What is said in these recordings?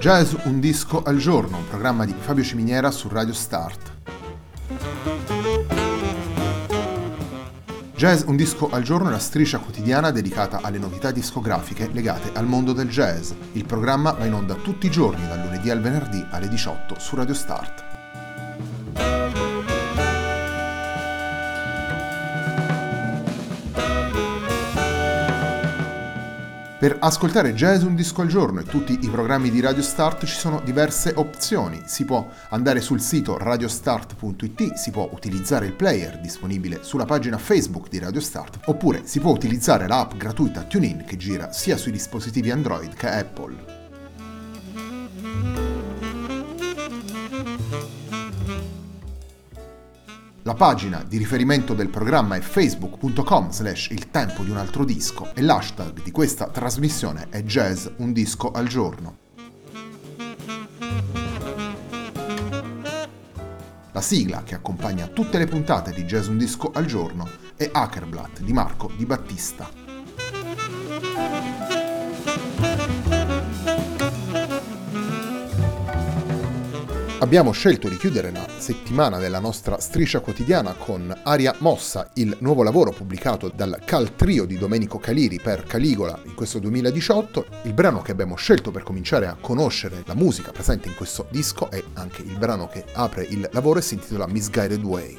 Jazz un disco al giorno, un programma di Fabio Ciminiera su Radio Start. Jazz un disco al giorno è la striscia quotidiana dedicata alle novità discografiche legate al mondo del jazz. Il programma va in onda tutti i giorni, dal lunedì al venerdì alle 18 su Radio Start. Per ascoltare Jazz un disco al giorno e tutti i programmi di Radio Start ci sono diverse opzioni. Si può andare sul sito radiostart.it, si può utilizzare il player disponibile sulla pagina Facebook di Radio Start, oppure si può utilizzare l'app gratuita TuneIn che gira sia sui dispositivi Android che Apple. La pagina di riferimento del programma è facebook.com/il tempo di un altro disco e l'hashtag di questa trasmissione è Jazz un disco al giorno. La sigla che accompagna tutte le puntate di Jazz un disco al giorno è Hackerblatt di Marco Di Battista. Abbiamo scelto di chiudere la settimana della nostra striscia quotidiana con Aria Mossa, il nuovo lavoro pubblicato dal Cal Trio di Domenico Caliri per Caligola in questo 2018. Il brano che abbiamo scelto per cominciare a conoscere la musica presente in questo disco è anche il brano che apre il lavoro e si intitola Misguided Way.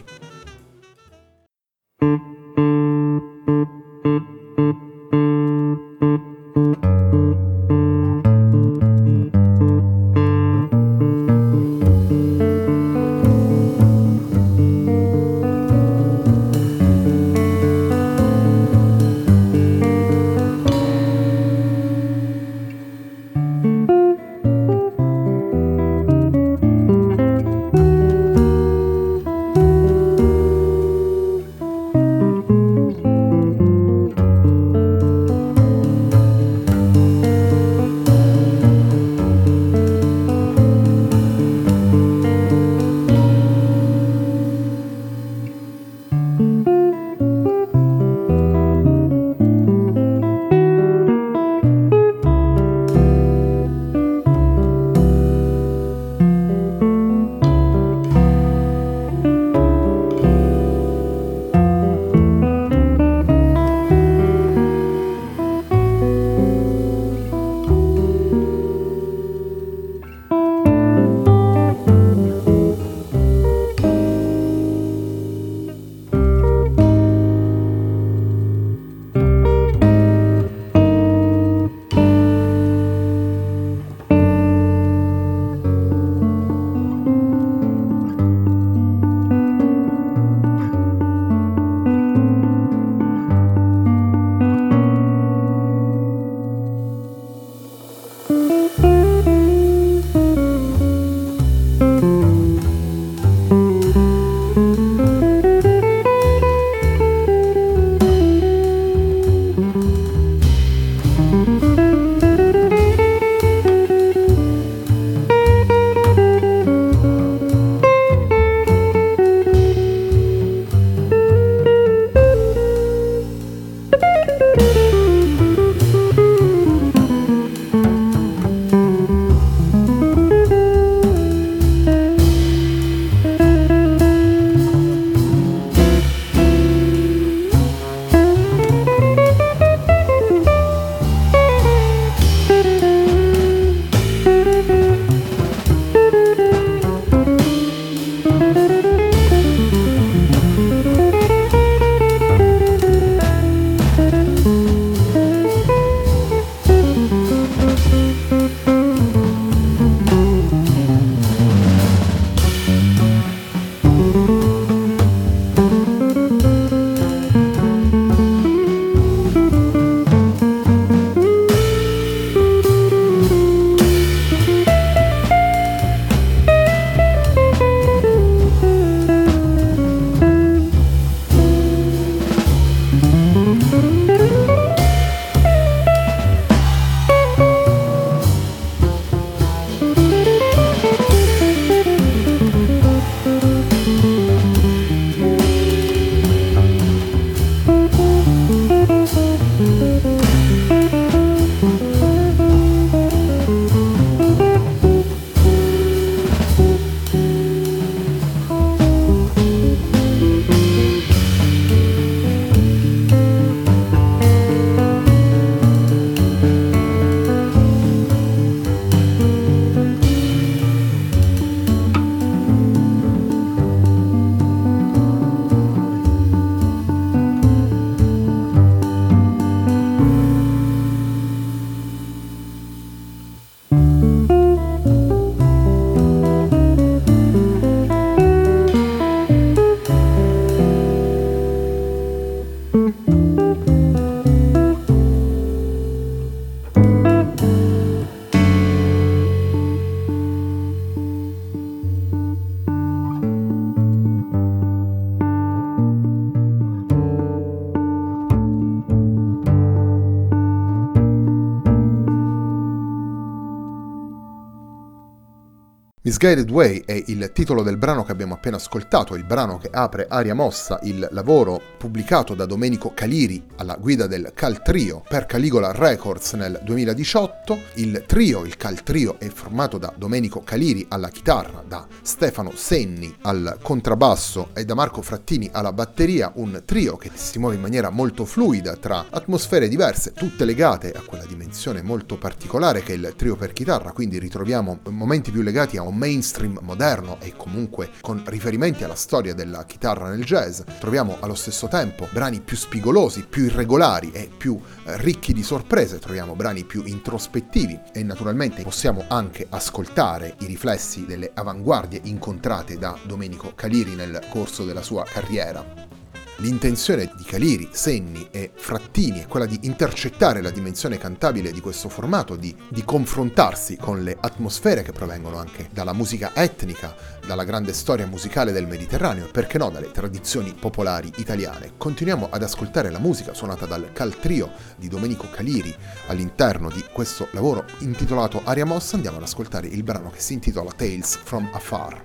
Misguided Way è il titolo del brano che abbiamo appena ascoltato, il brano che apre Aria Mossa, il lavoro pubblicato da Domenico Caliri alla guida del Cal Trio per Caligola Records nel 2018. Il Cal Trio, è formato da Domenico Caliri alla chitarra, da Stefano Senni al contrabbasso e da Marco Frattini alla batteria, un trio che si muove in maniera molto fluida tra atmosfere diverse, tutte legate a quella dimensione molto particolare che è il trio per chitarra, quindi ritroviamo momenti più legati a un mainstream moderno e comunque con riferimenti alla storia della chitarra nel jazz. Troviamo allo stesso tempo brani più spigolosi, più irregolari e più ricchi di sorprese, troviamo brani più introspettivi e naturalmente possiamo anche ascoltare i riflessi delle avanguardie incontrate da Domenico Caliri nel corso della sua carriera. L'intenzione di Caliri, Senni e Frattini è quella di intercettare la dimensione cantabile di questo formato, di confrontarsi con le atmosfere che provengono anche dalla musica etnica, dalla grande storia musicale del Mediterraneo e perché no dalle tradizioni popolari italiane. Continuiamo ad ascoltare la musica suonata dal Cal Trio di Domenico Caliri all'interno di questo lavoro intitolato Aria Mossa. Andiamo ad ascoltare il brano che si intitola Tales from Afar.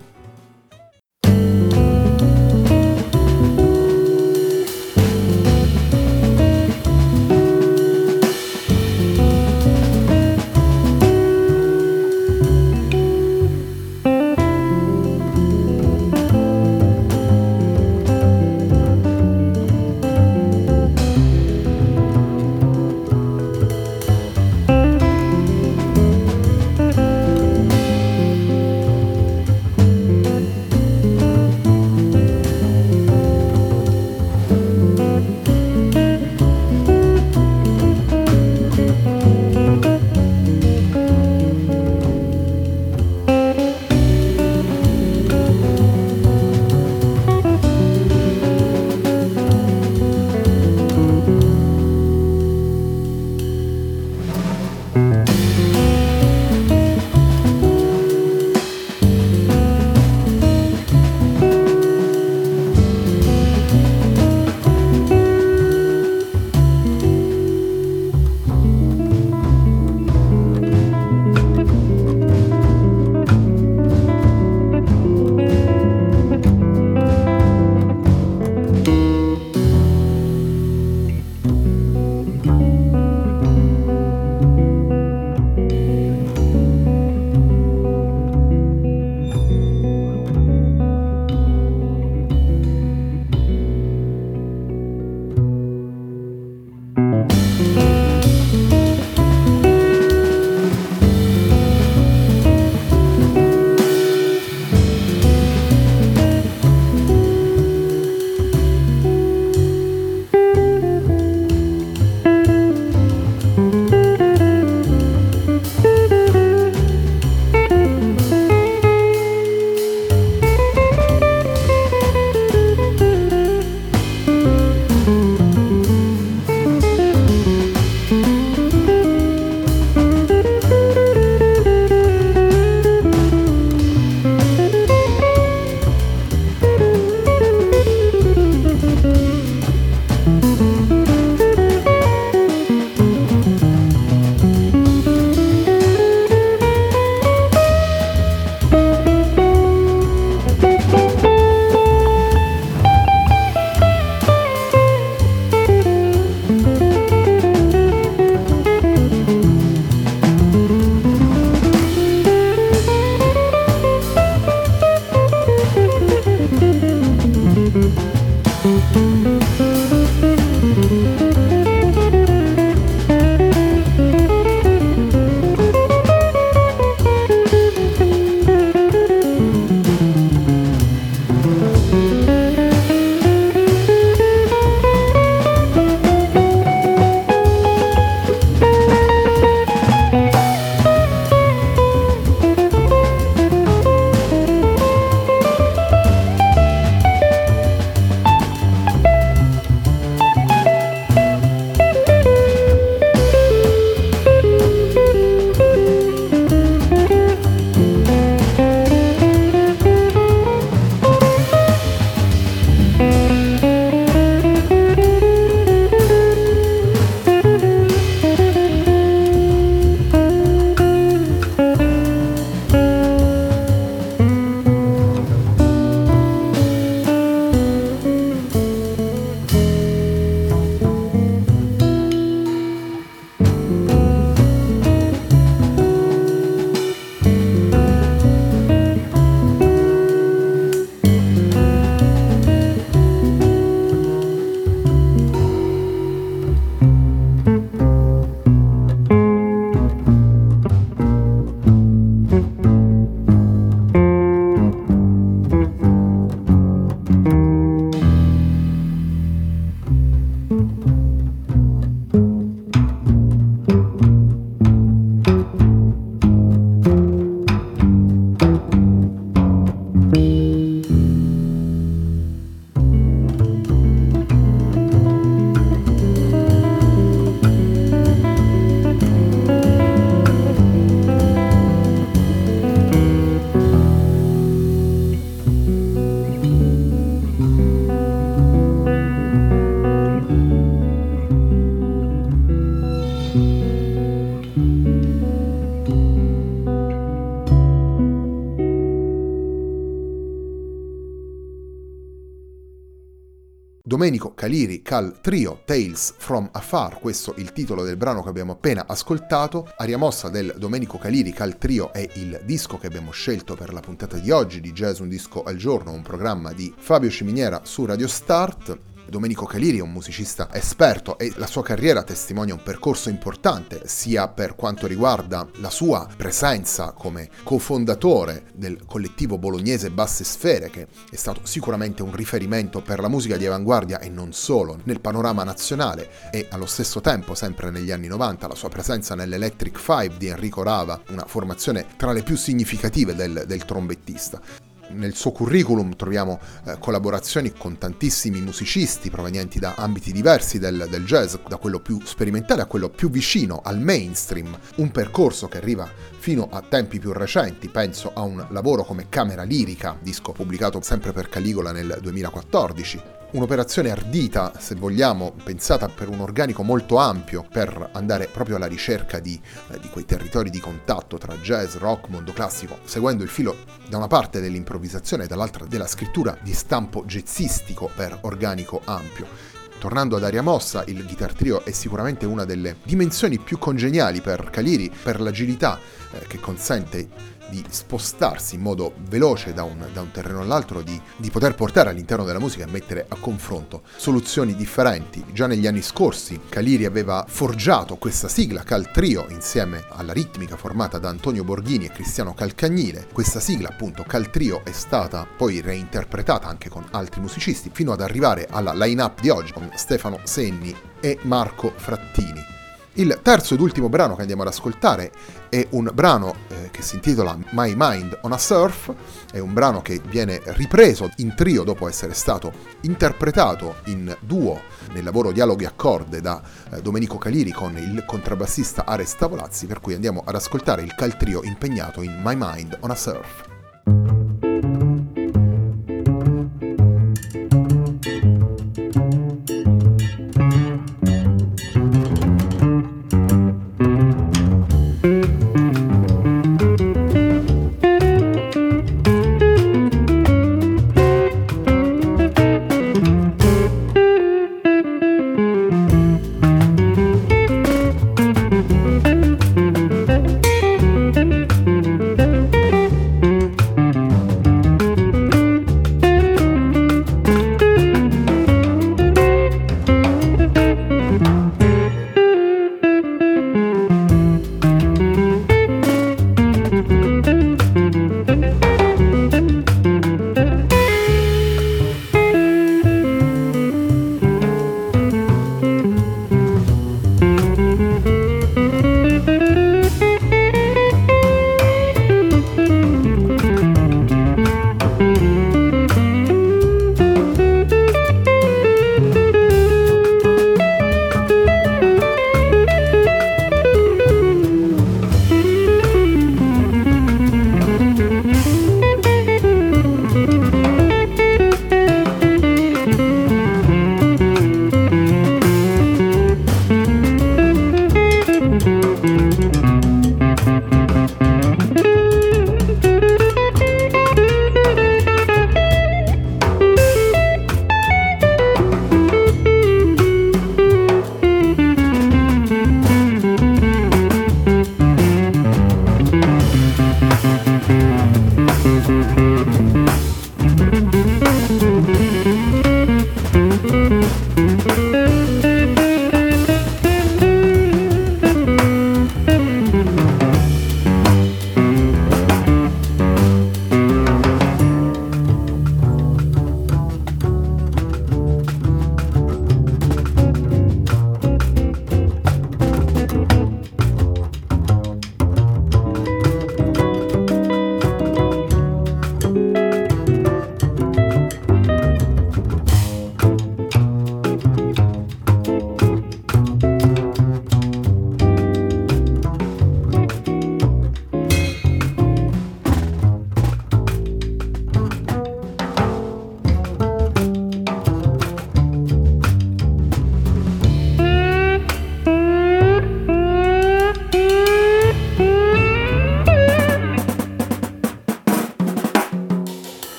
Domenico Caliri Cal Trio Tales from Afar, questo il titolo del brano che abbiamo appena ascoltato. Aria mossa del Domenico Caliri Cal Trio è il disco che abbiamo scelto per la puntata di oggi di Jazz Un Disco al Giorno, un programma di Fabio Ciminiera su Radio Start. Domenico Caliri è un musicista esperto e la sua carriera testimonia un percorso importante sia per quanto riguarda la sua presenza come cofondatore del collettivo bolognese Basse Sfere, che è stato sicuramente un riferimento per la musica di avanguardia e non solo nel panorama nazionale, e allo stesso tempo, sempre negli anni 90, la sua presenza nell'Electric Five di Enrico Rava, una formazione tra le più significative del trombettista. Nel suo curriculum troviamo collaborazioni con tantissimi musicisti provenienti da ambiti diversi del jazz, da quello più sperimentale a quello più vicino al mainstream, un percorso che arriva fino a tempi più recenti. Penso a un lavoro come Camera Lirica, disco pubblicato sempre per Caligola nel 2014. Un'operazione ardita, se vogliamo, pensata per un organico molto ampio, per andare proprio alla ricerca di quei territori di contatto tra jazz, rock, mondo classico, seguendo il filo da una parte dell'improvvisazione e dall'altra della scrittura di stampo jazzistico per organico ampio. Tornando ad Aria mossa, il Guitar Trio è sicuramente una delle dimensioni più congeniali per Caliri, per l'agilità che consente di spostarsi in modo veloce da un terreno all'altro, di poter portare all'interno della musica e mettere a confronto soluzioni differenti. Già negli anni scorsi Caliri aveva forgiato questa sigla Cal Trio insieme alla ritmica formata da Antonio Borghini e Cristiano Calcagnile. Questa sigla, appunto, Cal Trio, è stata poi reinterpretata anche con altri musicisti fino ad arrivare alla line-up di oggi con Stefano Senni e Marco Frattini. Il terzo ed ultimo brano che andiamo ad ascoltare è un brano che si intitola My Mind on a Surf, è un brano che viene ripreso in trio dopo essere stato interpretato in duo nel lavoro Dialoghi a corde da Domenico Caliri con il contrabbassista Ares Tavolazzi, per cui andiamo ad ascoltare il Cal Trio impegnato in My Mind on a Surf.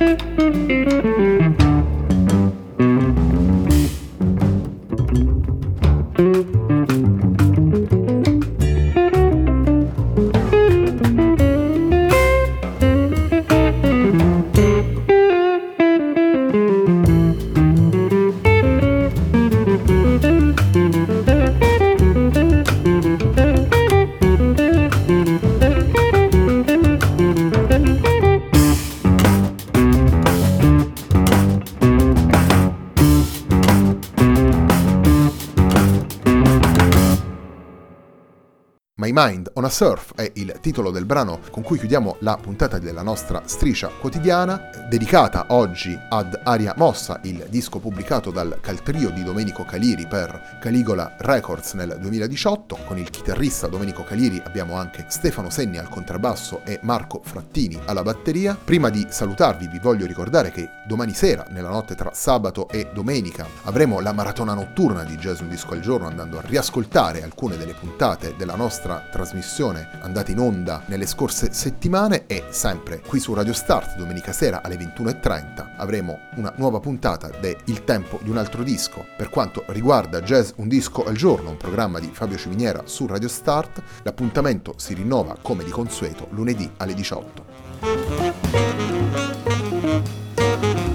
My Mind on a Surf è il titolo del brano con cui chiudiamo la puntata della nostra striscia quotidiana, dedicata oggi ad Aria Mossa, il disco pubblicato dal Caltrio di Domenico Caliri per Caligola Records nel 2018. Con il chitarrista Domenico Caliri abbiamo anche Stefano Senni al contrabbasso e Marco Frattini alla batteria. Prima di salutarvi vi voglio ricordare che domani sera, nella notte tra sabato e domenica, avremo la maratona notturna di Jazz Un Disco al Giorno, andando a riascoltare alcune delle puntate della nostra trasmissione andate in onda nelle scorse settimane, e sempre qui su Radio Start domenica sera alle 21:30 avremo una nuova puntata de Il tempo di un altro disco. Per quanto riguarda Jazz Un Disco al Giorno, un programma di Fabio Ciminiera su Radio Start, l'appuntamento si rinnova come di consueto lunedì alle 18.